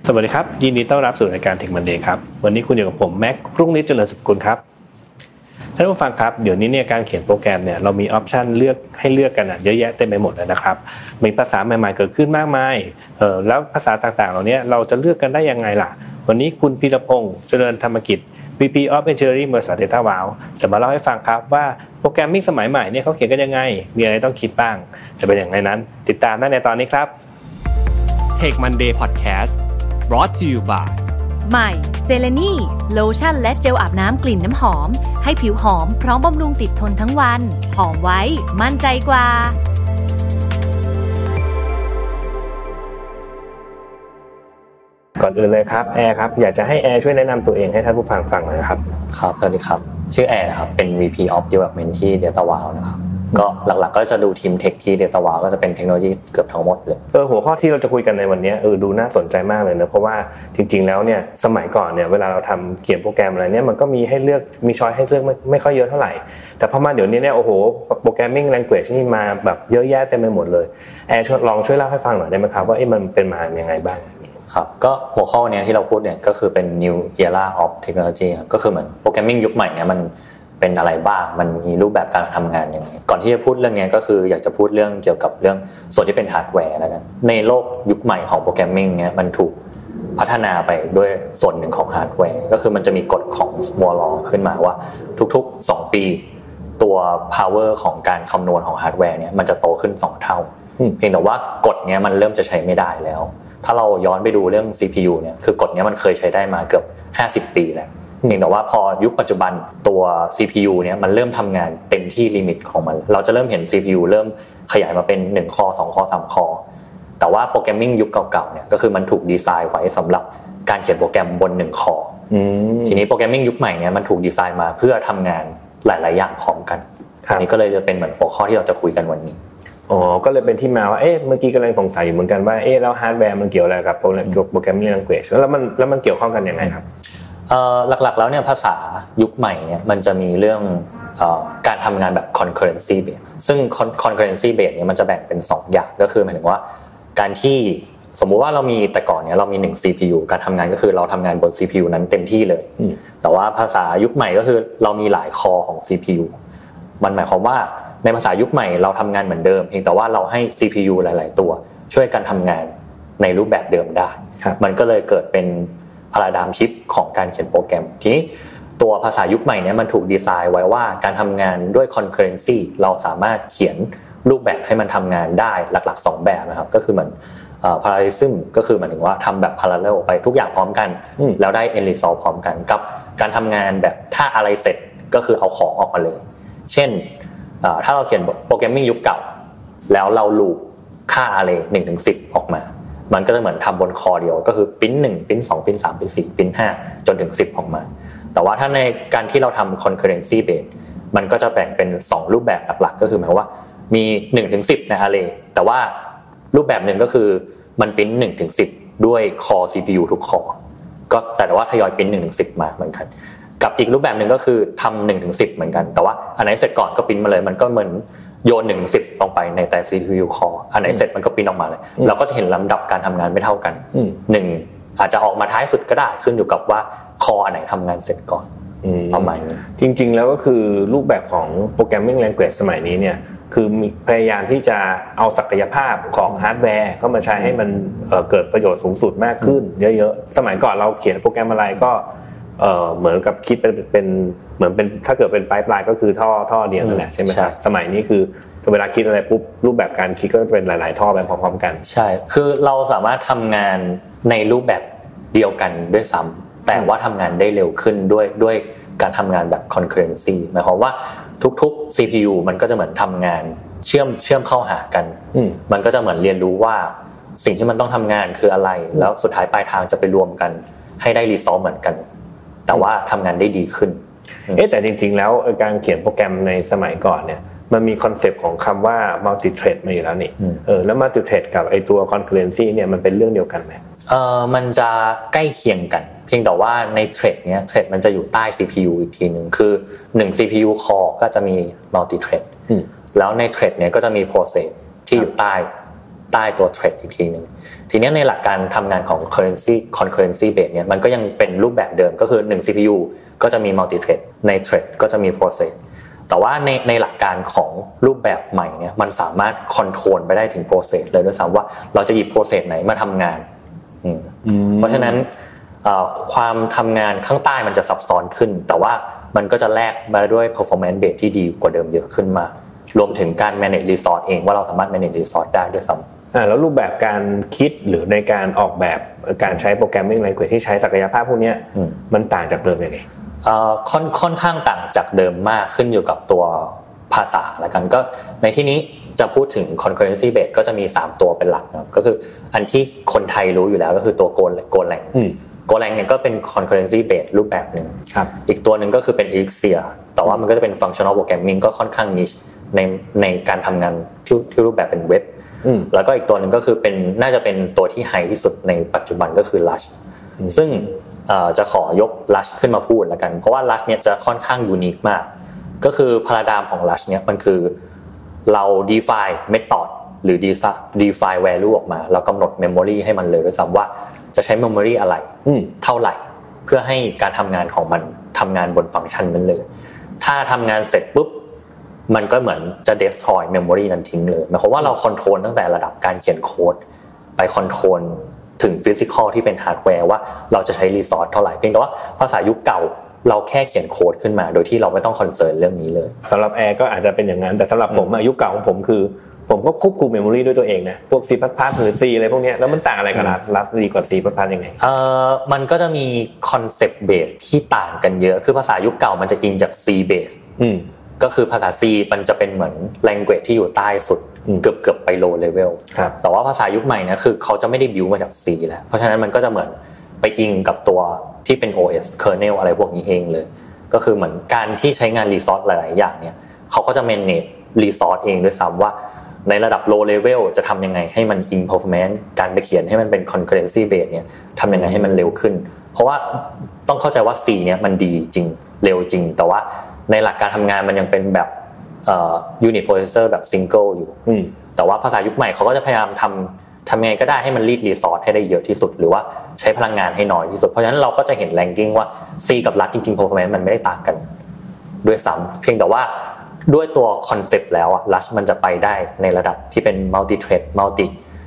สวัสดีครับยินดีต้อนรับสู่รายการ Tech Monday ครับวันนี้คุณอยู่กับผมแม็กรุ่งฤทธิ์เจริญสุขกุลครับท่านผู้ฟังครับเดี๋ยวนี้เนี่ยการเขียนโปรแกรมเนี่ยเรามีออปชันเลือกให้เลือกกันเยอะแยะเต็มไปหมดเลยนะครับมีภาษาใหม่ๆเกิดขึ้นมากมายแล้วภาษาต่างๆเหล่านี้เราจะเลือกกันได้ยังไงล่ะวันนี้คุณพีรพงษ์เจริญธรรมกิจ VP of Engineering บริษัท DataWow จะมาเล่าให้ฟังครับว่าโปรแกรมมิ่งสมัยใหม่เนี่ยเขาเขียนกันยังไงมีอะไรต้องคิดบ้างจะเป็นอย่างไรนั้นติดตามได้ในตอนนี้ครับ Tech Monday Podcast brought to you by ใหม่เซเลนีโลชั่นและเจลอาบน้ำกลิ่นน้ำหอมให้ผิวหอมพร้อมบำรุงติดทนทั้งวันหอมไว้มั่นใจกว่าก่อนอื่นเลยครับแอร์ครับอยากจะให้แอร์ช่วยแนะนำตัวเองให้ท่านผู้ฟังฟังหน่อยครับครับสวัสดีครับชื่อแอร์นะครับเป็น VP of Development ที่ DataWow นะครับก็หลักๆก็จะดูทีมเทคที่ DataWow ก็จะเป็นเทคโนโลยีเกือบทั้งหมดเลยหัวข้อที่เราจะคุยกันในวันนี้ดูน่าสนใจมากเลยนะเพราะว่าจริงๆแล้วเนี่ยสมัยก่อนเนี่ยเวลาเราทำเขียนโปรแกรมอะไรเนี่ยมันก็มีให้เลือกมีช้อยให้เลือกไม่ค่อยเยอะเท่าไหร่แต่พอมาเดี๋ยวนี้เนี่ยโอ้โหโปรแกรมมิ่งแลงเกจนี่มาแบบเยอะแยะเต็มไปหมดเลยแอร์ลองช่วยเล่าให้ฟังหน่อยได้ไหมครับว่ามันเป็นมายังไงบ้างครับก็หัวข้อเนี้ยที่เราพูดเนี่ยก็คือเป็น New Era of Technology ครับก็คือเหมือนโปรแกรมมิ่งยุคใหม่เนี่ยมันเป็นอะไรบ้างมันมีรูปแบบการทำงานยังไงก่อนที่จะพูดเรื่องนี้ก็คืออยากจะพูดเรื่องเกี่ยวกับเรื่องส่วนที่เป็นฮาร์ดแวร์แล้วกันในโลกยุคใหม่ของโปรแกรมมิ่งเนี่ยมันถูกพัฒนาไปด้วยส่วนหนึ่งของฮาร์ดแวร์ก็คือมันจะมีกฎของ Moore's Law ขึ้นมาว่าทุกๆ2ปีตัว power ของการคำนวณของฮาร์ดแวร์เนี่ยมันจะโตขึ้น2เท่าเพียงแต่ว่ากฎเนี้ยมันเริ่มจะใช้ไม่ได้แล้วถ้าเราย้อนไปดูเรื่อง CPU เนี่ยคือกฎนี้มันเคยใช้ได้มาเกือบ50ปีแล้วเพียงแต่ว่าพอยุคปัจจุบันตัว CPU เนี่ยมันเริ่มทำงานเต็มที่ลิมิตของมันเราจะเริ่มเห็น CPU เริ่มขยายมาเป็น1คอ2คอ3คอแต่ว่าโปรแกรมมิ่งยุคเก่าๆเนี่ยก็คือมันถูกดีไซน์ไว้สำหรับการเขียนโปรแกรมบน1คอทีนี้โปรแกรมมิ่งยุคใหม่เนี่ยมันถูกดีไซน์มาเพื่อทำงานหลายๆอย่างพร้อมกันอันนี้ก็เลยจะเป็นเหมือนหัวข้อที่เราจะคุยกันวันนี้ก็เลยเป็นที่มาว่าเมื่อกี้กำลังสงสัยอยู่เหมือนกันว่าแล้วฮาร์ดแวร์มันเกี่ยวอะไรกับโปรแกรมมิ่งแลงเกจแล้วมันเกี่ยวข้องกันยังไงครับหลักๆแล้วเนี่ยภาษายุคใหม่เนี่ยมันจะมีเรื่องการทำงานแบบ concurrency based ซึ่ง concurrency based เนี่ยมันจะแบ่งเป็น2อย่างก็คือหมายถึงว่าการที่สมมุติว่าเรามีแต่ก่อนเนี่ยเรามี1 CPU การทำงานก็คือเราทำงานบน CPU นั้นเต็มที่เลยแต่ว่าภาษายุคใหม่ก็คือเรามีหลายคอของ CPU มันหมายความว่าในภาษายุคใหม่เราทำงานเหมือนเดิมเพียงแต่ว่าเราให้ CPU หลายๆตัวช่วยกันทำงานในรูปแบบเดิมได้มันก็เลยเกิดเป็นพาราไดม์ชิฟต์ของการเขียนโปรแกรมทีนี้ตัวภาษายุคใหม่เนี่ยมันถูกดีไซน์ไว้ว่าการทำงานด้วย concurrency เราสามารถเขียนรูปแบบให้มันทำงานได้หลักๆ2แบบนะครับก็คือเหมือนparallelism ก็คือหมายถึงว่าทำแบบ parallel ไปทุกอย่างพร้อมกันแล้วได้ end result พร้อมกันกับการทำงานแบบถ้าอะไรเสร็จก็คือเอาของออกมาเลยเช่นถ้าเราเขียนโปรแกรมมิ่งยุคเก่าแล้วเราลูปค่า array 1 ถึง 10ออกมามันก็จะเหมือนทำบนคอเดียวก็คือปิ้น1ปิ้น2ปิ้น3ปิ้น4ปิ้น5จนถึง10ออกมาแต่ว่าถ้าในการที่เราทำ concurrency based มันก็จะแบ่งเป็น2รูปแบบหลักๆก็คือหมายว่ามี1ถึง10ใน array แต่ว่ารูปแบบนึงก็คือมันปิ้น1ถึง10ด้วยคอ CPU ทุกคอก็แต่ว่าทยอยปิ้น1ถึง10มาเหมือนกันกับอีกรูปแบบนึงก็คือทำ1ถึง10เหมือนกันแต่ว่าอันไหนเสร็จก่อนก็ปิ้นมาเลยมันก็เหมือนโยน1ถึง10ลงไปในแต่ CPU core อันไหนเสร็จมันก็ปิ้นออกมาเลยเราก็จะเห็นลำดับการทำงานไม่เท่ากัน1อาจจะออกมาท้ายสุดก็ได้ขึ้นอยู่กับว่าคออันไหนทำงานเสร็จก่อนประมาณนี้จริงๆแล้วก็คือรูปแบบของ Programming Language สมัยนี้เนี่ยคือพยายามที่จะเอาศักยภาพของฮาร์ดแวร์เข้ามาใช้ให้มันเกิดประโยชน์สูงสุดมากขึ้นเยอะๆสมัยก่อนเราเขียนโปรแกรมอะไรก็เหมือนกับคิดเป็นเหมือนเป็นถ้าเกิดเป็นไพป์ไลน์ก็คือท่อเดียวนั่นแหละใช่ไหมครับสมัยนี้คือเวลาคิดอะไรปุ๊บรูปแบบการคิดก็เป็นหลายๆท่อไปพร้อมๆกันใช่คือเราสามารถทำงานในรูปแบบเดียวกันด้วยซ้ำแต่ว่าทำงานได้เร็วขึ้นด้วยการทำงานแบบ concurrency หมายความว่าทุกๆ CPU มันก็จะเหมือนทำงานเชื่อมเข้าหากันมันก็จะเหมือนเรียนรู้ว่าสิ่งที่มันต้องทำงานคืออะไรแล้วสุดท้ายปลายทางจะไปรวมกันให้ได้ result เหมือนกันแต่ว่าทำงานได้ดีขึ้นแต่จริงๆแล้วการเขียนโปรแกรมในสมัยก่อนเนี่ยมันมีคอนเซปต์ของคำว่า multi thread มาอยู่แล้วนี่แล้ว multi thread กับไอตัว concurrency เนี่ยมันเป็นเรื่องเดียวกันไหมมันจะใกล้เคียงกันเพียงแต่ว่าใน thread เนี้ย thread มันจะอยู่ใต้ CPU อีกทีนึงคือ1 CPU core ก็จะมี multi thread แล้วใน thread เนี้ยก็จะมี process ที่อยู่ใต้ใต้ตัว thread อีกทีนึงทีนี้ในหลักการทำงานของ concurrency base เนี่ยมันก็ยังเป็นรูปแบบเดิมก็คือ1 CPU ก็จะมี multi thread ใน thread ก็จะมี process แต่ว่าในหลักการของรูปแบบใหม่เนี่ยมันสามารถคอนโทรลไปได้ถึง process เลยด้วยซ้ำว่าเราจะหยิบ process ไหนมาทำงานเพราะฉะนั้นความทำงานข้างใต้มันจะซับซ้อนขึ้นแต่ว่ามันก็จะแลกมาด้วย performance base ที่ดีกว่าเดิมเยอะขึ้นมารวมถึงการ manage resource เองว่าเราสามารถ manage resource ได้ด้วยซ้ำแล้วรูปแบบการคิดหรือในการออกแบบการใช้ programming language ที่ใช้ศักยภาพพวกนี้มันต่างจากเดิมยังไงค่อนข้างต่างจากเดิมมากขึ้นอยู่กับตัวภาษาละกันก็ในที่นี้จะพูดถึง concurrency base ก็จะมี3ตัวเป็นหลักนะก็คืออันที่คนไทยรู้อยู่แล้วก็คือตัว Golang Golang เนี่ยก็เป็น concurrency base รูปแบบนึงอีกตัวนึงก็คือเป็น Elixir แต่ว่ามันก็จะเป็น functional programming ก็ค่อนข้าง niche ในการทำงานที่รูปแบบเป็นเว็บแล้วก็อีกตัวนึงก็คือเป็นน่าจะเป็นตัวที่ไฮที่สุดในปัจจุบันก็คือ Lush ซึ่งจะขอยก Lush ขึ้นมาพูดแล้วกันเพราะว่า Lush เนี่ยจะค่อนข้างยูนิคมากก็คือพาราไดม์ของ Lush เนี่ยมันคือเรา define method หรือ define value ออกมาเรากำหนด memory ให้มันเลยด้วยซ้ำว่าจะใช้ memory อะไรเท่าไหร่เพื่อให้การทำงานของมันทำงานบนฟังก์ชันนั้นเลยถ้าทำงานเสร็จปุ๊บมันก็เหมือนจะ destroy memory นั้นทิ้งเลยหมายความว่าเราคอนโทรลตั้งแต่ระดับการเขียนโค้ดไปคอนโทรลถึง physical ที่เป็น hardware ว่าเราจะใช้ resource เท่าไหร่เพียงแต่ว่าภาษายุคเก่าเราแค่เขียนโค้ดขึ้นมาโดยที่เราไม่ต้องคอนเซิร์นเรื่องนี้เลยสำหรับแอร์ก็อาจจะเป็นอย่างนั้นแต่สำหรับผมยุคเก่าของผมคือผมก็ควบคุม memory ด้วยตัวเองนะพวก C++ หรือ C อะไรพวกนี้แล้วมันต่างอะไรกับ Rust ดีกว่า C++ ยังไงมันก็จะมี concept base ที่ต่างกันเยอะคือภาษายุคเก่ามันจะอิงจาก C base ก็คือภาษา C มันจะเป็นเหมือน language ที่อยู่ใต้สุดเกือบไป low level แต่ว่าภาษายุคใหม่เนี่ยคือเขาจะไม่ได้ build มาจาก C แล้วเพราะฉะนั้นมันก็จะเหมือนไปอิงกับตัวที่เป็น OS kernel อะไรพวกนี้เองเลยก็คือเหมือนการที่ใช้งาน resource หลายๆอย่างเนี่ยเขาก็จะ manage resource เองด้วยซ้ำว่าในระดับ low level จะทำยังไงให้มัน in performance การไปเขียนให้มันเป็น concurrency base เนี่ยทำยังไงให้มันเร็วขึ้นเพราะว่าต้องเข้าใจว่า C เนี่ยมันดีจริงเร็วจริงแต่ว่าในหลักการทำงานมันยังเป็นแบบunit processor แบบ single อยู่แต่ว่าภาษายุคใหม่เขาก็จะพยายามทำยังไงก็ได้ให้มัน read resource ให้ได้เยอะที่สุดหรือว่าใช้พลังงานให้น้อยที่สุดเพราะฉะนั้นเราก็จะเห็น ranking ว่า C กับ Rust จริงๆ performance มันไม่ได้ต่างกันด้วยซ้ำเพียงแต่ว่าด้วยตัวคอนเซปต์แล้วอ่ะ Rust มันจะไปได้ในระดับที่เป็น multi thread multi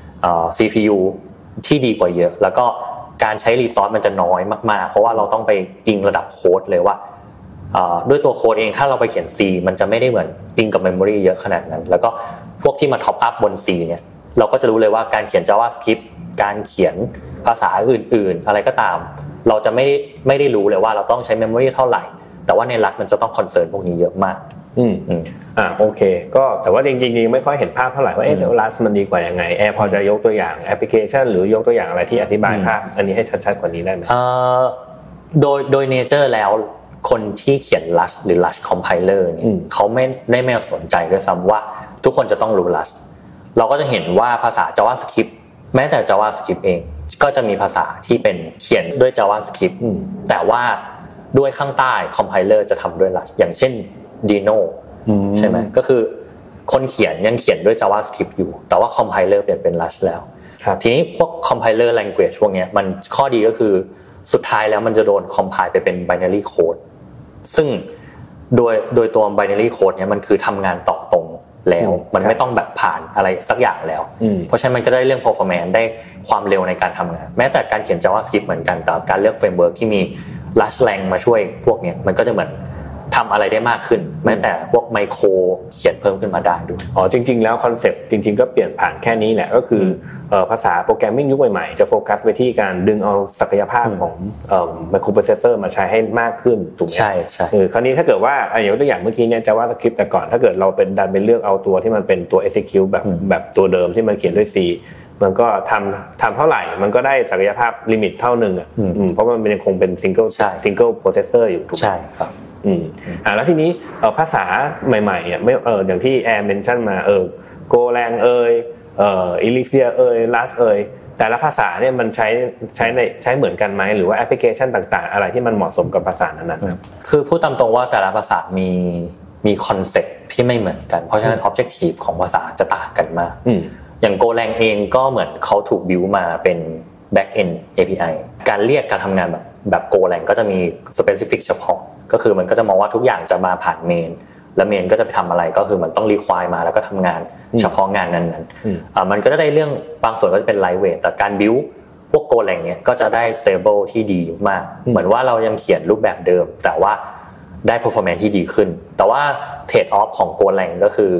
CPU ที่ดีกว่าเยอะแล้วก็การใช้ resource มันจะน้อยมากๆเพราะว่าเราต้องไปอิงระดับโค้ดเลยว่าด้วยตัวโค้ดเองถ้าเราไปเขียน C มันจะไม่ได้เหมือนอิงกับ memory เยอะขนาดนั้นแล้วก็พวกที่มา top up บน C เนี่ยเราก็จะรู้เลยว่าการเขียน JavaScript การเขียนภาษาอื่นๆอะไรก็ตามเราจะไม่ได้รู้เลยว่าเราต้องใช้ memory เท่าไหร่แต่ว่าในRustมันจะต้องคอนเซิร์นพวกนี้เยอะมากโอเคก็แต่ว่าจริงๆไม่ค่อยเห็นภาพเท่าไหร่ว่าเดี๋ยว Rust มันดีกว่ายังไงแอร์พอจะยกตัวอย่างแอปพลิเคชันหรือยกตัวอย่างอะไรที่อธิบายภาพอันนี้ให้ชัดๆกว่านี้ได้ไหมโดย nature แล้วคนที่เขียน Rust หรือ Rust compiler เนี่ยเขาไม่ได้สนใจด้วยซ้ำว่าทุกคนจะต้องรู้ Rust เราก็จะเห็นว่าภาษา JavaScript แม้แต่ JavaScript เองก็จะมีภาษาที่เป็นเขียนด้วย JavaScript แต่ว่าด้วยข้างใต้ compiler จะทำด้วย Rust อย่างเช่น Dino ใช่ไหมก็คือคนเขียนยังเขียนด้วย JavaScript อยู่แต่ว่า compiler เปลี่ยนเป็น Rust แล้วทีนี้พวก compiler language พวกนี้มันข้อดีก็คือสุดท้ายแล้วมันจะโดน compile ไปเป็น binary code ซึ่งโดยตัว binary code เนี่ยมันคือทำงานต่อตรงแล้วมันไม่ต้องแบบผ่านอะไรสักอย่างแล้วเพราะฉะนั้นมันก็ได้เรื่อง performance ได้ความเร็วในการทำงานแม้แต่การเขียน JavaScript เหมือนกันแต่การเลือก framework ที่มี Rust Lang มาช่วยพวกนี้มันก็จะเหมือนทำอะไรได้มากขึ้นแม้แต่พวกไมโครเขียนเพิ่มขึ้นมาได้ด้วยจริงๆแล้วคอนเซ็ปต์จริงๆก็เปลี่ยนผ่านแค่นี้แหละก็คือภาษาโปรแกรมมิ่งยุคใหม่ๆจะโฟกัสไปที่การดึงเอาศักยภาพของไมโครโปรเซสเซอร์มาใช้ให้มากขึ้นถูกมั้ยใช่คราวนี้ถ้าเกิดว่าอย่างตัวอย่างเมื่อกี้เนี่ย JavaScript แต่ก่อนถ้าเกิดเราเป็นดันไปเลือกเอาตัวที่มันเป็นตัว execute แบบตัวเดิมที่มันเขียนด้วย C มันก็ทำเท่าไหร่มันก็ได้ศักยภาพลิมิตเท่านึงเพราะมันยังคงเป็น single processor อยู่ถูกมั้ยใช่ครับแล้วทีนี้ภาษาใหม่ๆไม่อย่างที่แอร์เมนชั่นมาGolang Elixir Rust แต่ละภาษาเนี่ยมันใช้เหมือนกันไหมหรือว่าแอปพลิเคชันต่างๆอะไรที่มันเหมาะสมกับภาษานั้นๆครับคือพูดตามตรงว่าแต่ละภาษามีคอนเซ็ปต์ที่ไม่เหมือนกันเพราะฉะนั้น objective ของภาษาจะต่างกันมากอย่าง Golang เองก็เหมือนเขาถูกบิวมาเป็น back end API การเรียกการทำงานแบบ Golang ก็จะมี specific เฉพาะก็คือมันก็จะมองว่าทุกอย่างจะมาผ่านเมนแล้วเมนก็จะไปทำอะไรก็คือมันต้อง require มาแล้วก็ทำงานเฉพาะงานนั้นๆมันก็จะได้เรื่องบางส่วนก็จะเป็น lightweight แต่การบิวพวก Golang เนี่ยก็จะได้ stable ที่ดีมากเหมือนว่าเรายังเขียนรูปแบบเดิมแต่ว่าได้ performance ที่ดีขึ้นแต่ว่า trade off ของ Golang ก็คือ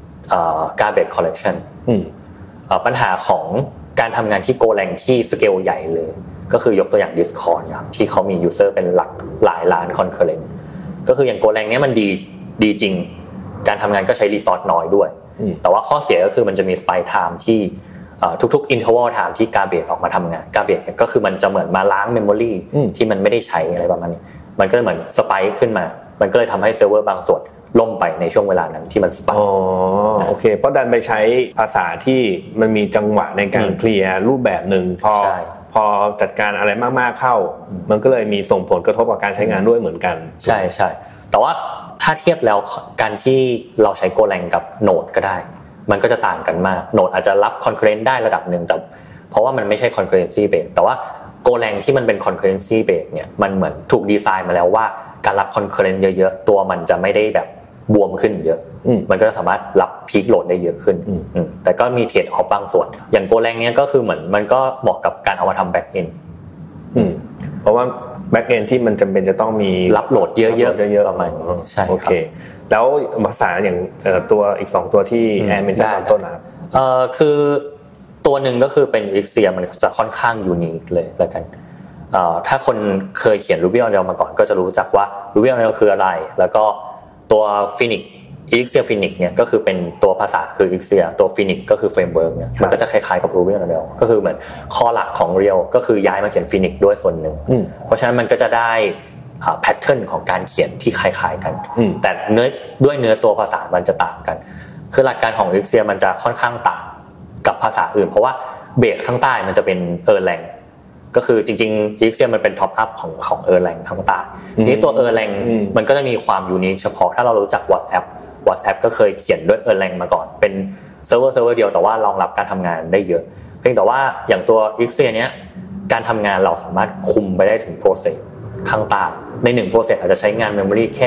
garbage collection ปัญหาของการทำงานที่ Golang ที่สเกลใหญ่เลยก็คือยกตัวอย่าง Discord ครับที่เขามี user เป็นหลายล้าน concurrent ก็คืออย่าง Golang เนี้ยมันดีจริงการทำงานก็ใช้ resource น้อยด้วยแต่ว่าข้อเสียก็คือมันจะมี spike time ที่ทุกๆ interval time ที่ garbage ออกมาทำงาน garbage ก็คือมันจะเหมือนมาล้าง memory ที่มันไม่ได้ใช้อะไรประมาณนี้มันก็เหมือน spike ขึ้นมามันก็เลยทำให้เซิร์ฟเวอร์บางส่วนล่มไปในช่วงเวลานั้นที่มันสปายโอเคเพราะดันไปใช้ภาษาที่มันมีจังหวะในการเคลียร์รูปแบบนึงพอจัดการอะไรมากๆเข้ามันก็เลยมีส่งผลกระทบกับการใช้งานด้วยเหมือนกันใช่ๆแต่ว่าถ้าเทียบแล้วการที่เราใช้ Golang กับ Node ก็ได้มันก็จะต่างกันมาก Node อาจจะรับ concurrent ได้ระดับนึงแต่เพราะว่ามันไม่ใช่ concurrency based แต่ว่า Golang ที่มันเป็น concurrency based เนี่ยมันเหมือนถูกดีไซน์มาแล้วว่าการรับ concurrent เยอะๆตัวมันจะไม่ได้แบบบวมขึ้นเยอะมันก็จะสามารถรับพีคโหลดได้เยอะขึ้นแต่ก็มีเทรดออฟบางส่วนอย่าง Golang เนี้ยก็คือเหมือนมันก็เหมาะกับการเอามาทำ back end เพราะว่า back end ที่มันจำเป็นจะต้องมีรับโหลดเยอะๆประมาณนี้ใช่โอเคแล้วภาษาอย่างตัวอีก2ตัวที่แอนเมนชั่นตอนต้นนะครับคือตัวหนึ่งก็คือเป็น Elixir มันจะค่อนข้างยูนิคเลยแล้วกันถ้าคนเคยเขียน Ruby on Rails มาก่อนก็จะรู้จักว่า Ruby on Rails คืออะไรแล้วก็ตัว Phoenix Elixir Phoenix เนี่ยก็คือเป็นตัวภาษาคือ Elixir ตัว Phoenix ก็คือ framework เนี่ยมันก็จะคล้ายๆกับ Ruby on Rails ก็คือเหมือนข้อหลักของ Rails ก็คือย้ายมาเขียน Phoenix ด้วยส่วนหนึ่งเพราะฉะนั้นมันก็จะได้แพทเทิร์นของการเขียนที่คล้ายๆกันแต่เนื้อตัวภาษามันจะต่างกันคือหลักการของ Elixir มันจะค่อนข้างต่างกับภาษาอื่นเพราะว่าเบสข้างใต้มันจะเป็น Erlangก็คือจริงๆ Elixir มันเป็นท็อปอัพของ Erlang ทั้งใต้ทีนี้ตัว Erlang มันก็จะมีความยูนิคเฉพาะถ้าเรารู้จัก WhatsApp ก็เคยเขียนด้วย Erlang มาก่อนเป็นเซิร์ฟเวอร์เดียวแต่ว่ารองรับการทำงานได้เยอะเพียงแต่ว่าอย่างตัว Elixir เนี้ยการทำงานเราสามารถคุมไปได้ถึง process ข้างใต้ใน1 process อาจจะใช้งาน memory แค่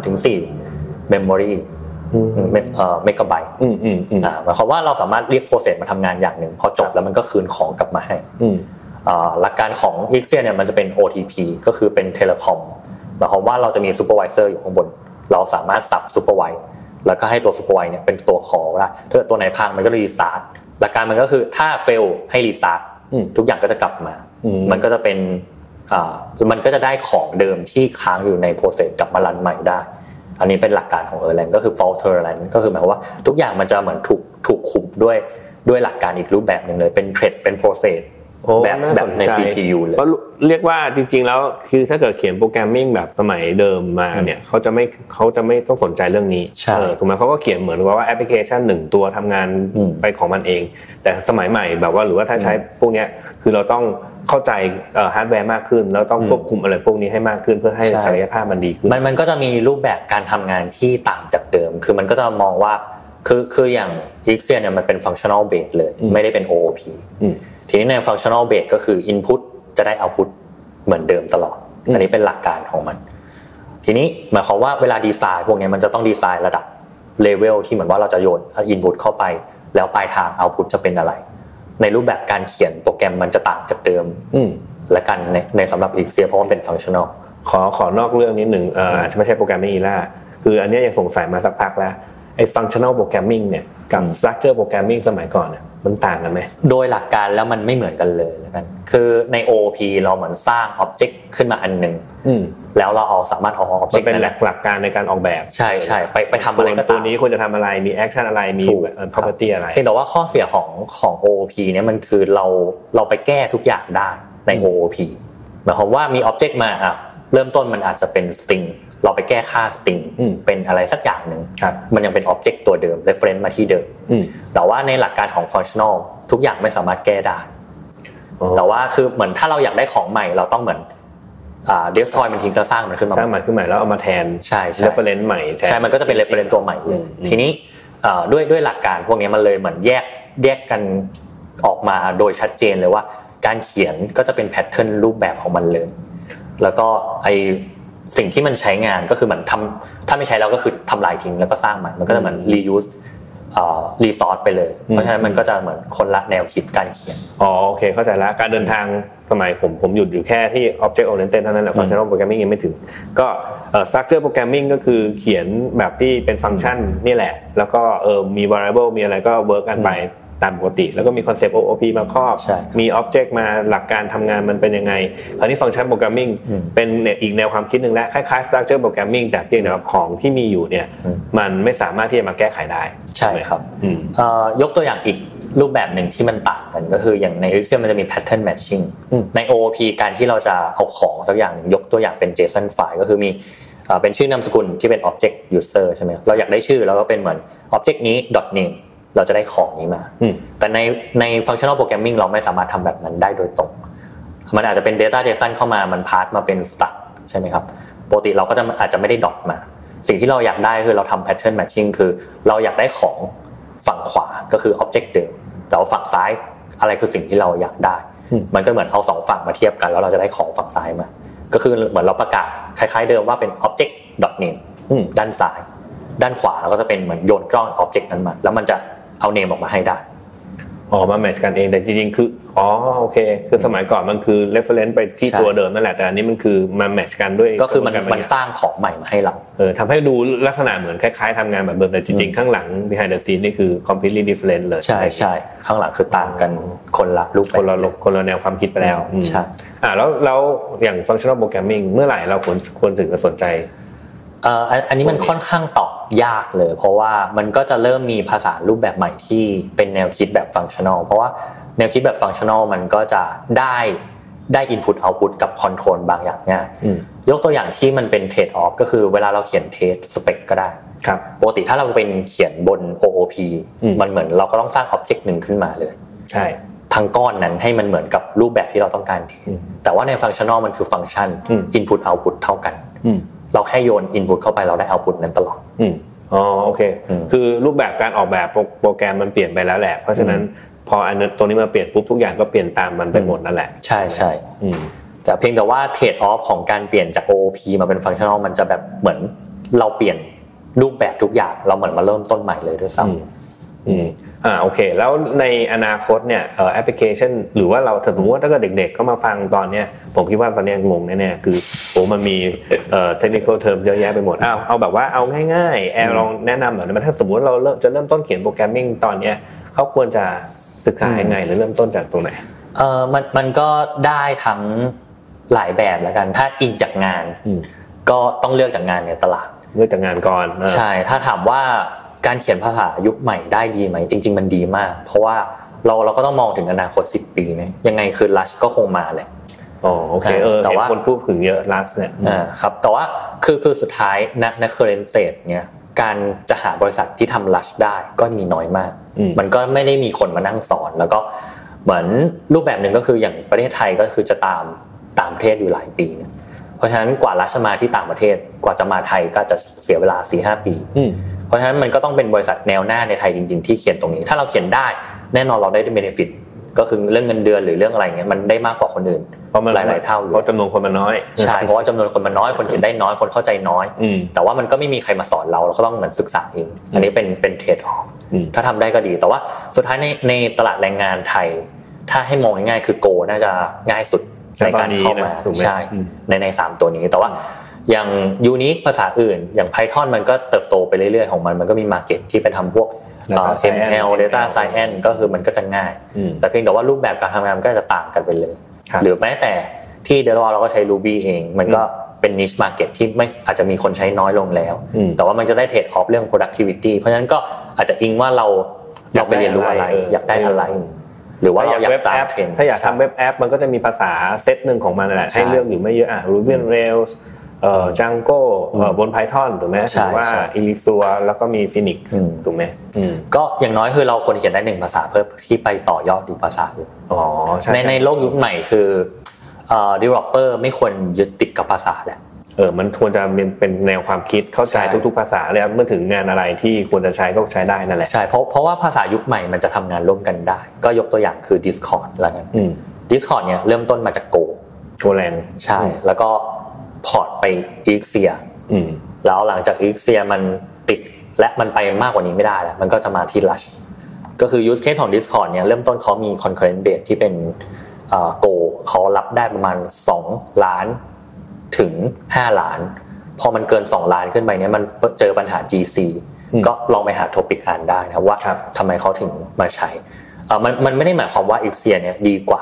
3-4 memoryเมกะไบต์หมายความว่าเราสามารถเรียก process มาทำงานอย่างหนึ่งพอจบแล้วมันก็คืนของกลับมาให้หลักการของ Elixir เนี่ยมันจะเป็น OTP ก็คือเป็น Telecom หมายความว่าเราจะมี supervisor อยู่ข้างบนเราสามารถสับ supervise แล้วก็ให้ตัว supervise เนี่ยเป็นตัว call ได้ถ้าตัวไหนพังมันก็ restart หลักการมันก็คือถ้า fail ให้ restart ทุกอย่างก็จะกลับมามันก็จะเป็นมันก็จะได้ของเดิมที่ค้างอยู่ใน process กลับมารันใหม่ได้อันนี้เป็นหลักการของ Erlang ก็คือ fault tolerant ก็คือหมายความว่าทุกอย่างมันจะเหมือนถูกคุมด้วยหลักการอีกรูปแบบนึงเลยเป็น thread เป็น processแบบใน CPU เลยก็เรียกว่าจริงๆแล้วคือถ้าเกิดเขียนโปรแกรมมิ่งแบบสมัยเดิมมาเนี่ยเขาจะไม่ต้องสนใจเรื่องนี้ถูกมั้ยเขาก็เขียนเหมือนว่าแอปพลิเคชัน1ตัวทำงานไปของมันเองแต่สมัยใหม่แบบว่าหรือว่าถ้าใช้พวกเนี้ยคือเราต้องเข้าใจฮาร์ดแวร์มากขึ้นแล้วต้องควบคุมอะไรพวกนี้ให้มากขึ้นเพื่อให้ศักยภาพมันดีขึ้นมันก็จะมีรูปแบบการทำงานที่ต่างจากเดิมคือมันก็จะมองว่าคืออย่าง Elixir เนี่ยมันเป็น functional based เลยไม่ได้เป็น OOPทีนี้ใน functional based ก็คือ input จะได้ output เหมือนเดิมตลอดอันนี้เป็นหลักการของมันทีนี้หมายความว่าเวลาดีไซน์พวกนี้มันจะต้องดีไซน์ระดับ level ที่เหมือนว่าเราจะโยน input เข้าไปแล้วปลายทาง output จะเป็นอะไรในรูปแบบการเขียนโปรแกรมมันจะต่างจากเดิมและกันในสำหรับ Elixir เพราะมันเป็น functional ขอนอกเรื่องนิดนึงอาจจะไม่ใช่โปรแกรมอีล่าคืออันนี้ยังสงสัยมาสักพักแล้วไอ้ functional programming เนี่ยกับ structure programming สมัยก่อนน่ะมันต่างกันมั้ยโดยหลักการแล้วมันไม่เหมือนกันเลยแล้วกันคือใน OOP เราเหมือนสร้าง object ขึ้นมาอันนึงแล้วเราเอาสามารถเอา object เป็นหลักการในการออกแบบใช่ๆไปทำอะไรก็ตามตัวนี้ควรจะทำอะไรมี action อะไรมี property อะไรแต่ว่าข้อเสียของ OOP เนี่ยมันคือเราไปแก้ทุกอย่างได้ใน OOP หมายความว่ามี object มาเริ่มต้นมันอาจจะเป็น stringเราไปแก้ค่า string เป็นอะไรสักอย่างนึงมันยังเป็น object ตัวเดิม reference มาที่เดิมแต่ว่าในหลักการของ functional ทุกอย่างไม่สามารถแก้ได้แต่ว่าคือเหมือนถ้าเราอยากได้ของใหม่เราต้องเหมือนdestroy มันทิ้งแล้วสร้างมันขึ้นมาสร้างมันขึ้นใหม่แล้วเอามาแทนใช่ reference ใหม่ใช่มันก็จะเป็น reference ตัวใหม่เลยทีนี้ด้วยหลักการพวกนี้มันเลยเหมือนแแยกกันออกมาโดยชัดเจนเลยว่าการเขียนก็จะเป็นแพทเทิร์นรูปแบบของมันเลยแล้วก็ไอสิ่งที่มันใช้งานก็คือมันทำถ้าไม่ใช้แล้วก็คือทำลายทิ้งแล้วก็สร้างใหม่มันก็จะเหมือน reuse resource ไปเลยเพราะฉะนั้นมันก็จะเหมือนคนละแนวคิดการเขียนโอเคเข้าใจแล้วการเดินทางสมัยผมหยุดอยู่แค่ที่ object oriented เท่านั้นแหละ functional programming ยังไม่ถึงก็structure programming ก็คือเขียนแบบที่เป็นฟังก์ชันนี่แหละแล้วก็มี variable มีอะไรก็ work กันไปตามปกติแล้วก็มี concept OOP มาครอบมี object มาหลักการทำงานมันเป็นยังไงคราวนี้ function programming เป็นอีกแนวความคิดนึงและคล้ายๆ structure programming แต่เพียงแต่ว่าของที่มีอยู่เนี่ยมันไม่สามารถที่จะมาแก้ไขได้ใช่ครับยกตัวอย่างอีกรูปแบบหนึ่งที่มันต่างกันก็คืออย่างใน Excel มันจะมี pattern matching ใน OOP การที่เราจะเอาของสักอย่างนึงยกตัวอย่างเป็น JSON file ก็คือมีเป็นชื่อนามสกุลที่เป็น object user ใช่ไหมเราอยากได้ชื่อแล้วก็เป็นเหมือน object นี้ .nameเราจะได้ของนี้มาแต่ใน functional programming เราไม่สามารถทำแบบนั้นได้โดยตรงมันอาจจะเป็น data JSON เข้ามามันพาสมาเป็น struct ใช่ไหมครับปกติเราก็จะอาจจะไม่ได้ดอทมาสิ่งที่เราอยากได้คือเราทำ pattern matching คือเราอยากได้ของฝั่งขวาก็คือ object เดิมแต่ว่าฝั่งซ้ายอะไรคือสิ่งที่เราอยากได้มันก็เหมือนเอาสองฝั่งมาเทียบกันแล้วเราจะได้ของฝั่งซ้ายมาก็คือเหมือนเราประกาศคล้ายๆเดิมว่าเป็น object name ด้านซ้ายด้านขวาเราก็จะเป็นเหมือนโยนกล้อง object นั้นมาแล้วมันจะเอาเนมออกมาให้ได้มาแมทช์กันเองแต่จริงๆคือโอเคคือสมัยก่อนมันคือ reference ไปที่ตัวเดิมนั่นแหละแต่อันนี้มันคือมาแมทช์กันด้วยก็คือมันสร้างของใหม่มาให้เราทำให้ดูลักษณะเหมือนคล้ายๆทำงานแบบเดิมแต่จริงๆข้างหลัง behind the scene นี่คือ completely different เลยใช่ข้างหลังคือต่างกันคนละรูปคนละแนวความคิดไปแล้วใช่แล้วอย่าง functional programming เมื่อไหร่เราควรถึงจะสนใจอันนี้มันค่อนข้างตอบยากเลยเพราะว่ามันก็จะเริ่มมีภาษารูปแบบใหม่ที่เป็นแนวคิดแบบฟังชั่นอลเพราะว่าแนวคิดแบบฟังชั่นอลมันก็จะได้ input output กับ control บางอย่างง่ายยกตัวอย่างที่มันเป็น trade off ก็คือเวลาเราเขียน test spec ก็ได้ปกติถ้าเราเป็นเขียนบน OOP มันเหมือนเราก็ต้องสร้าง object หนึ่งขึ้นมาเลยใช่ทั้งก้อนนั้นให้มันเหมือนกับรูปแบบที่เราต้องการแต่ว่าในฟังชั่นอลมันคือฟังก์ชัน input output เท่ากันเราแค่โยน input เข้าไปเราได้ output นั้นตลอดโอเคคือรูปแบบการออกแบบโปรแกรมมันเปลี่ยนไปแล้วแหละเพราะฉะนั้นพออันตัวนี้มาเปลี่ยนปุ๊บทุกอย่างก็เปลี่ยนตามมันไปหมดนั่นแหละใช่ๆแต่เพียงแต่ว่า trade off ของการเปลี่ยนจาก OOP มาเป็น functional มันจะแบบเหมือนเราเปลี่ยนรูปแบบทุกอย่างเราเหมือนมาเริ่มต้นใหม่เลยด้วยซ้ำโอเคแล้วในอนาคตเนี่ยแอปพลิเคชันหรือว่าเราสมมติว่าถ้าเกิดเด็กๆก็มาฟังตอนเนี้ยผมคิดว่าตอนนี้งงแน่ๆคือมันมีtechnical term เยอะแยะไปหมดเอาแบบว่าเอาง่ายๆลองแนะนำหน่อยถ้าสมมติเราจะเริ่มต้นเขียนโปรแกรมมิ่งตอนเนี้ยเขาควรจะศึกษายังไงหรือเริ่มต้นจากตรงไหนมันก็ได้ทั้งหลายแบบแล้วกันถ้าอิงจากงานก็ต้องเลือกจากงานในตลาดเลือกจากงานก่อนใช่ถ้าถามว่าการเขียนภาษายุคใหม่ได้ดีไหมจริงๆมันดีมากเพราะว่าเราก็ต้องมองถึงอนาคต10ปีนะยังไงคือลัชก็คงมาแหละโอเคแต่ว่าคนพูดถึงเยอะลัชเนี่ยครับแต่ว่าคือสุดท้ายณ current state เนี่ยการจะหาบริษัทที่ทำลัชได้ก็มีน้อยมากมันก็ไม่ได้มีคนมานั่งสอนแล้วก็เหมือนรูปแบบนึงก็คืออย่างประเทศไทยก็คือจะตามประเทศอยู่หลายปีเนี่ยเพราะฉะนั้นกว่าลัชมาที่ต่างประเทศกว่าจะมาไทยก็จะเสียเวลา 4-5 ปีเพราะฉะนั้นมันก็ต้องเป็นบริษัทแนวหน้าในไทยจริงๆที่เขียนตรงนี้ถ้าเราเขียนได้แน่นอนเราได้ benefit ก็คือเรื่องเงินเดือนหรือเรื่องอะไรเงี้ยมันได้มากกว่าคนอื่นเพราะมันหลายๆเท่าเพราะจำนวนคนมันน้อยใช่เพราะว่าจำนวนคนมันน้อยคนเขียนได้น้อยคนเข้าใจน้อยแต่ว่ามันก็ไม่มีใครมาสอนเราก็ต้องเหมือนศึกษาเองอันนี้เป็นเทรดออฟถ้าทำได้ก็ดีแต่ว่าสุดท้ายในตลาดแรงงานไทยถ้าให้มองง่ายๆคือโกน่าจะง่ายสุดในการเข้ามาใช่ใน3ตัวนี้แต่ว่าอย่างยูนิคภาษาอื่นอย่าง Python มันก็เติบโตไปเรื่อยๆของมันก็มีมาร์เก็ตที่ไปทำพวกML Data Science ก็คือมันก็จะง่ายแต่เพียงแต่ว่ารูปแบบการทำงานมันก็จะต่างกันไปเลยหรือแม้แต่ที่เดลเราก็ใช้ Ruby เองมันก็เป็น niche market ที่ไม่อาจจะมีคนใช้น้อยลงแล้วแต่ว่ามันจะได้ trade off เรื่อง productivity เพราะฉะนั้นก็อาจจะอิงว่าเราไปเรียนรู้อะไรอยากได้อะไรหรือว่าเราอยากตามเทรนด์ถ้าอยากทำเว็บแอปมันก็จะมีภาษาเซตนึงของมันแหละให้เลือกอยู่ไม่เยอะRuby on Rails Django บน Python ถูกมั้ยหรือว่า Elixir แล้วก็มี Phoenix ถูกมั้ยก็อย่างน้อยคือเราควรเขียนได้1ภาษาเพื่อที่ไปต่อยอดอีกภาษาอื่นใช่ในโลกยุคใหม่คือdeveloper ไม่ควรยึดติดกับภาษาแหละมันควรจะเป็นแนวความคิดเข้าใจทุกๆภาษาเลยเมื่อถึงงานอะไรที่ควรจะใช้ก็ใช้ได้นั่นแหละใช่เพราะว่าภาษายุคใหม่มันจะทำงานร่วมกันได้ก็ยกตัวอย่างคือ Discord แล้วกันDiscord เนี่ยเริ่มต้นมาจาก Golang ใช่แล้วก็พอร์ตไป Elixir แล้วหลังจาก Elixir มันติดและมันไปมากกว่านี้ไม่ได้แล้วมันก็จะมาที่ Rush ก็คือ use case ของ Discord เนี่ยเริ่มต้นเขามี concurrent base ที่เป็นGo เขารับได้ประมาณ2ล้านถึง5ล้านพอมันเกิน2ล้านขึ้นไปเนี่ยมันเจอปัญหา GC ก็ลองไปหา topic อ่านได้นะครับว่าทำไมเขาถึงมาใช้มันไม่ได้หมายความว่า Elixir เนี่ยดีกว่า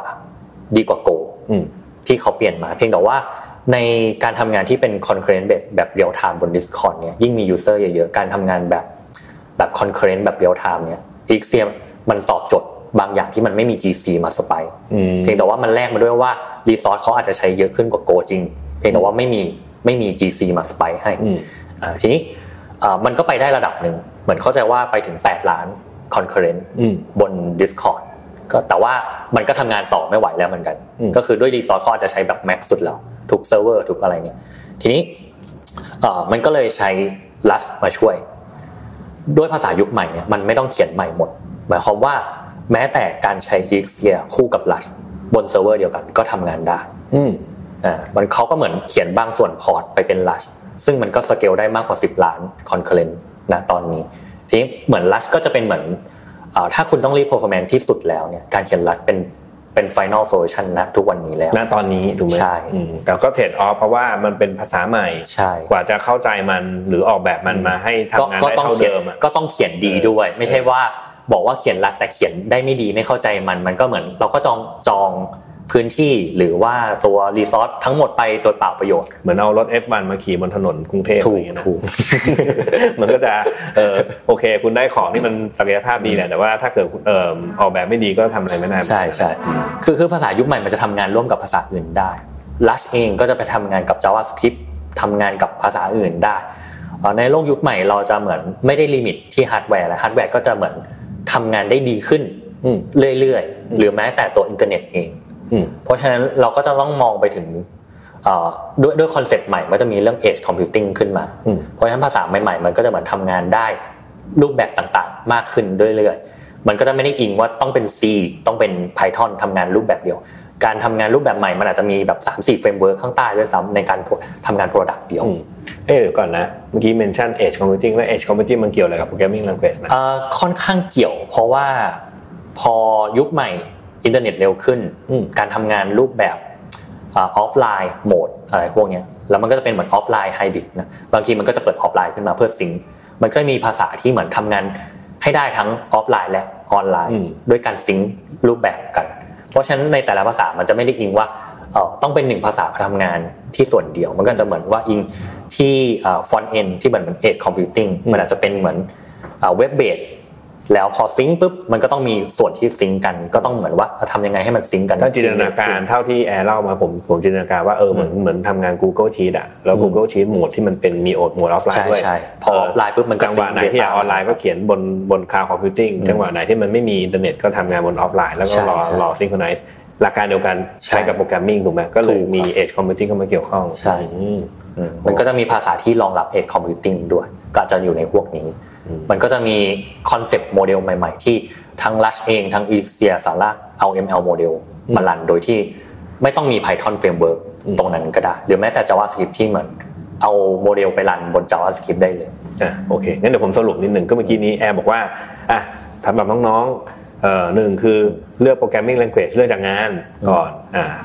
Go ที่เขาเปลี่ยนมาเพียงแต่ว่าในการทำงานที่เป็น concurrent แบบ real time บน Discord เนี่ยยิ่งมี user เยอะๆการทำงานแบบ concurrent แบบ real time เนี่ย Elixir มันตอบโจทย์บางอย่างที่มันไม่มี GC มาสไปเพียงแต่ว่ามันแลกมาด้วยว่า resource เขาอาจจะใช้เยอะขึ้นกว่า Go จริงเพียงแต่ว่าไม่มี GC มาสไปให้ทีนี้มันก็ไปได้ระดับนึงเหมือนเข้าใจว่าไปถึง8ล้าน concurrent บน Discord ก็แต่ว่ามันก็ทำงานต่อไม่ไหวแล้วเหมือนกันก็คือด้วย resource เขาอาจจะใช้แบบ max สุดแล้วทุกเซิร์ฟเวอร์ทุกอะไรเนี่ยทีนี้มันก็เลยใช้ Rust มาช่วยด้วยภาษายุคใหม่เนี่ยมันไม่ต้องเขียนใหม่หมดหมายความว่าแม้แต่การใช้ Elixir คู่กับ Rust บนเซิร์ฟเวอร์เดียวกันก็ทำงานได้มันเขาก็เหมือนเขียนบางส่วนพอร์ตไปเป็น Rust ซึ่งมันก็สเกลได้มากกว่า10ล้าน concurrent นะตอนนี้ทีนี้เหมือน Rust ก็จะเป็นเหมือนถ้าคุณต้องรีบ performance ที่สุดแล้วเนี่ยการเขียน Rust เป็น final solution นะทุกวันนี้แล้วณตอนนี้ถูกมั้ยใช่แต่ก็เทรดออฟเพราะว่ามันเป็นภาษาใหม่กว่าจะเข้าใจมันหรือออกแบบมันมาให้ทำงานได้เท่าเดิมก็ต้องเขียนดีด้วยไม่ใช่ว่าบอกว่าเขียน Rust แต่เขียนได้ไม่ดีไม่เข้าใจมันก็เหมือนเราก็จองพื้นที่หรือว่าตัวรีซอสทั้งหมดไปโดยเปล่าประโยชน์เหมือนเอารถ F1 มาขี่บนถนนกรุงเทพอะไรอย่างเงี้ยถูก มันก็จะโอเคคุณได้ของที่มันศักยภาพดีแหละแต่ว่าถ้าเกิดออกแบบไม่ดีก็ทำอะไรไม่ได้ใช่ๆคือภาษายุคใหม่มันจะทำงานร่วมกับภาษาอื่นได้ Rust เองก็จะไปทำงานกับ JavaScript ทำงานกับภาษาอื่นได้ในโลกยุคใหม่เราจะเหมือนไม่ได้ลิมิตที่ฮาร์ดแวร์แล้วฮาร์ดแวร์ก็จะเหมือนทำงานได้ดีขึ้นเรื่อยๆหรือแม้แต่ตัวอินเทอร์เน็ตเองเพราะฉะนั้นเราก็จะต้องมองไปถึงด้วยคอนเซ็ปต์ใหม่มันจะมีเรื่อง Edge Computing ขึ้นมาเพราะฉะนั้นภาษาใหม่ๆมันก็จะเหมือนทำงานได้รูปแบบต่างๆมากขึ้นเรื่อยๆมันก็จะไม่ได้อิงว่าต้องเป็น C ต้องเป็น Python ทำงานรูปแบบเดียวการทำงานรูปแบบใหม่มันอาจจะมีแบบ 3-4 เฟรมเวิร์คข้างใต้ด้วยซ้ำในการทำงาน Product เดียวเดี๋ยวก่อนนะเมื่อกี้ mention Edge Computing แล้ว Edge Computing มันเกี่ยวอะไรกับ Programming Language นะค่อนข้างเกี่ยวเพราะว่าพอยุคใหม่อินเทอร์เน็ตเร็วขึ้นการทำงานรูปแบบออฟไลน์โหมดอะไรพวกนี้แล้วมันก็จะเป็นเหมือนออฟไลน์ไฮบริดนะบางทีมันก็จะเปิดออฟไลน์ขึ้นมาเพื่อซิงค์มันก็มีภาษาที่เหมือนทำงานให้ได้ทั้งออฟไลน์และออนไลน์ด้วยการซิงค์รูปแบบกันเพราะฉะนั้นในแต่ละภาษามันจะไม่ได้อิงว่าต้องเป็น1ภาษาทำงานที่ส่วนเดียวมันก็จะเหมือนว่าอิงที่ฟอนต์เอนด์ที่เหมือน Edge Computing มันอาจจะเป็นเหมือนเว็บเบสแล้วพอซิงค์ปุ๊บมันก็ต้องมีส่วนที่ซิงค์กันก็ต้องเหมือนว่าทำยังไงให้มันซิงค์กันถ้าจินตนาการเท่าที่แอร์เล่ามาผมจินตนาการว่าเหมือนทำงาน Google Sheet อ่ะแล้ว Google Sheet โหมดที่มันเป็นมีโหมดออฟไลน์ด้วยพอออฟไลน์ปุ๊บมันก็จังหวะไหนที่ออนไลน์ก็เขียนบน Cloud Computing จังหวะไหนที่มันไม่มีอินเทอร์เน็ตก็ทำงานบนออฟไลน์แล้วก็รอซิงค์โครไนซ์หลักการเดียวกันใช้กับโปรแกรมมิ่งถูกมั้ยก็เลยมี Edge Computing เข้ามาเกี่ยวข้องใช่มันก็จะมีภาษาที่รองรับ Edge Computing ด้วยก็จะอยู่ในพวกนี้มันก็จะมีคอนเซปต์โมเดลใหม่ๆที่ทั้ง Rush เองทั้ง Elixir สามารถเอา ML โมเดลมารันโดยที่ไม่ต้องมี Python framework ตรงนั้นก็ได้หรือแม้แต่ JavaScript ที่เหมือนเอาโมเดลไปรันบน JavaScript ได้เลยโอเคงั้นเดี๋ยวผมสรุปนิดนึงก็เมื่อกี้นี้แอร์บอกว่าสำหรับน้องๆ1คือเลือก programming language เลือกจากงานก่อน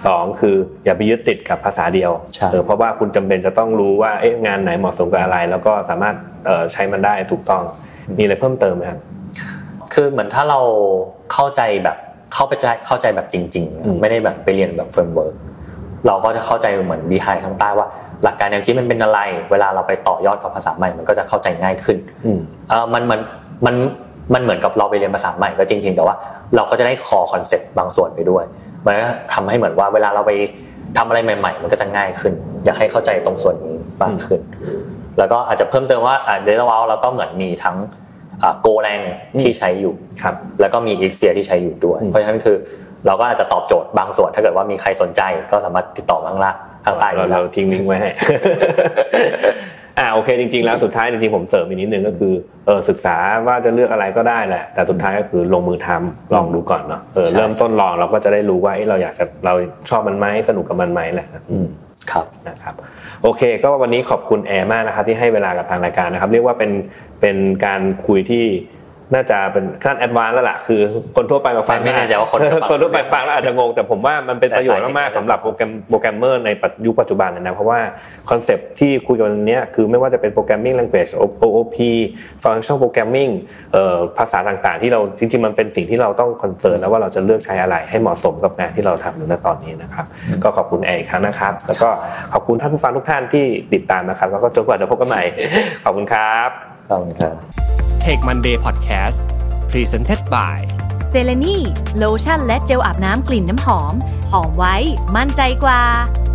2คืออย่าไปยึดติดกับภาษาเดียวเพราะว่าคุณจำเป็นจะต้องรู้ว่างานไหนเหมาะสมกับอะไรแล้วก็สามารถใช้มันได้ถูกต้องมีอะไรเพิ่มเติมมั้ยครับคือเหมือนถ้าเราเข้าใจแบบเข้าใจแบบจริงๆไม่ได้แบบไปเรียนแบบเฟรมเวิร์คเราก็จะเข้าใจเหมือน behind ข้างใต้ว่าหลักการแนวคิดมันเป็นอะไรเวลาเราไปต่อยอดกับภาษาใหม่มันก็จะเข้าใจง่ายขึ้นมันเหมือนกับเราไปเรียนภาษาใหม่ก็จริงๆแต่ว่าเราก็จะได้คอคอนเซ็ปต์บางส่วนไปด้วยมันก็ทำให้เหมือนว่าเวลาเราไปทำอะไรใหม่ๆมันก็จะง่ายขึ้นอยากให้เข้าใจตรงส่วนนี้มากขึ้นแล้วก็อาจจะเพิ่มเติมว่าData Vaultแล้วก็เหมือนมีทั้งGolang ที่ใช้อยู่ครับแล้วก็มี Elixir ที่ใช้อยู่ด้วยเพราะฉะนั้นคือเราก็อาจจะตอบโจทย์บางส่วนถ้าเกิดว่ามีใครสนใจก็สามารถติดต่อข้างล่างต่างๆเราทิ้งลิงก์ไว้ให้ โอเคจริงๆแล้วสุดท้ายจริงๆผมเสริมอีกนิดนึงก็คือศึกษาว่าจะเลือกอะไรก็ได้แหละแต่สุดท้ายก็คือลงมือทำลองดูก่อนเนาะเริ่มต้นลองเราก็จะได้รู้ว่าเราชอบมันไหมสนุกกับมันไหมแหละครับนะครับโอเคก็วันนี้ขอบคุณแอร์มากนะครับที่ให้เวลากับทางรายการนะครับเรียกว่าเป็นการคุยที่น่าจะเป็นขั้นแอดวานซ์แล้วล่ะคือคนทั่วไปมาฟังไม่แน่ใจว่าคนทั่วไปฟังแล้วอาจจะงงแต่ผมว่ามันเป็นประโยชน์มากๆสำหรับโปรแกรมเมอร์ในยุคปัจจุบันนะเพราะว่าคอนเซปต์ที่คุยกันวันนี้คือไม่ว่าจะเป็น Programming Language OOP Functional Programming ภาษาต่างๆที่เราจริงๆมันเป็นสิ่งที่เราต้องคอนเซิร์นแล้วว่าเราจะเลือกใช้อะไรให้เหมาะสมกับงานที่เราทำอยู่ณตอนนี้นะครับก็ขอบคุณแอร์อีกครั้งนะครับแล้วก็ขอบคุณท่านผู้ฟังทุกท่านที่ติดตามนะครับแล้วก็จนกว่าจะพบกันใหม่ขอบคุณครับขอบคุณครับ Take Monday Podcast Presented by เซเลนีโลชั่นและเจลอาบน้ำกลิ่นน้ำหอมหอมไว้มั่นใจกว่า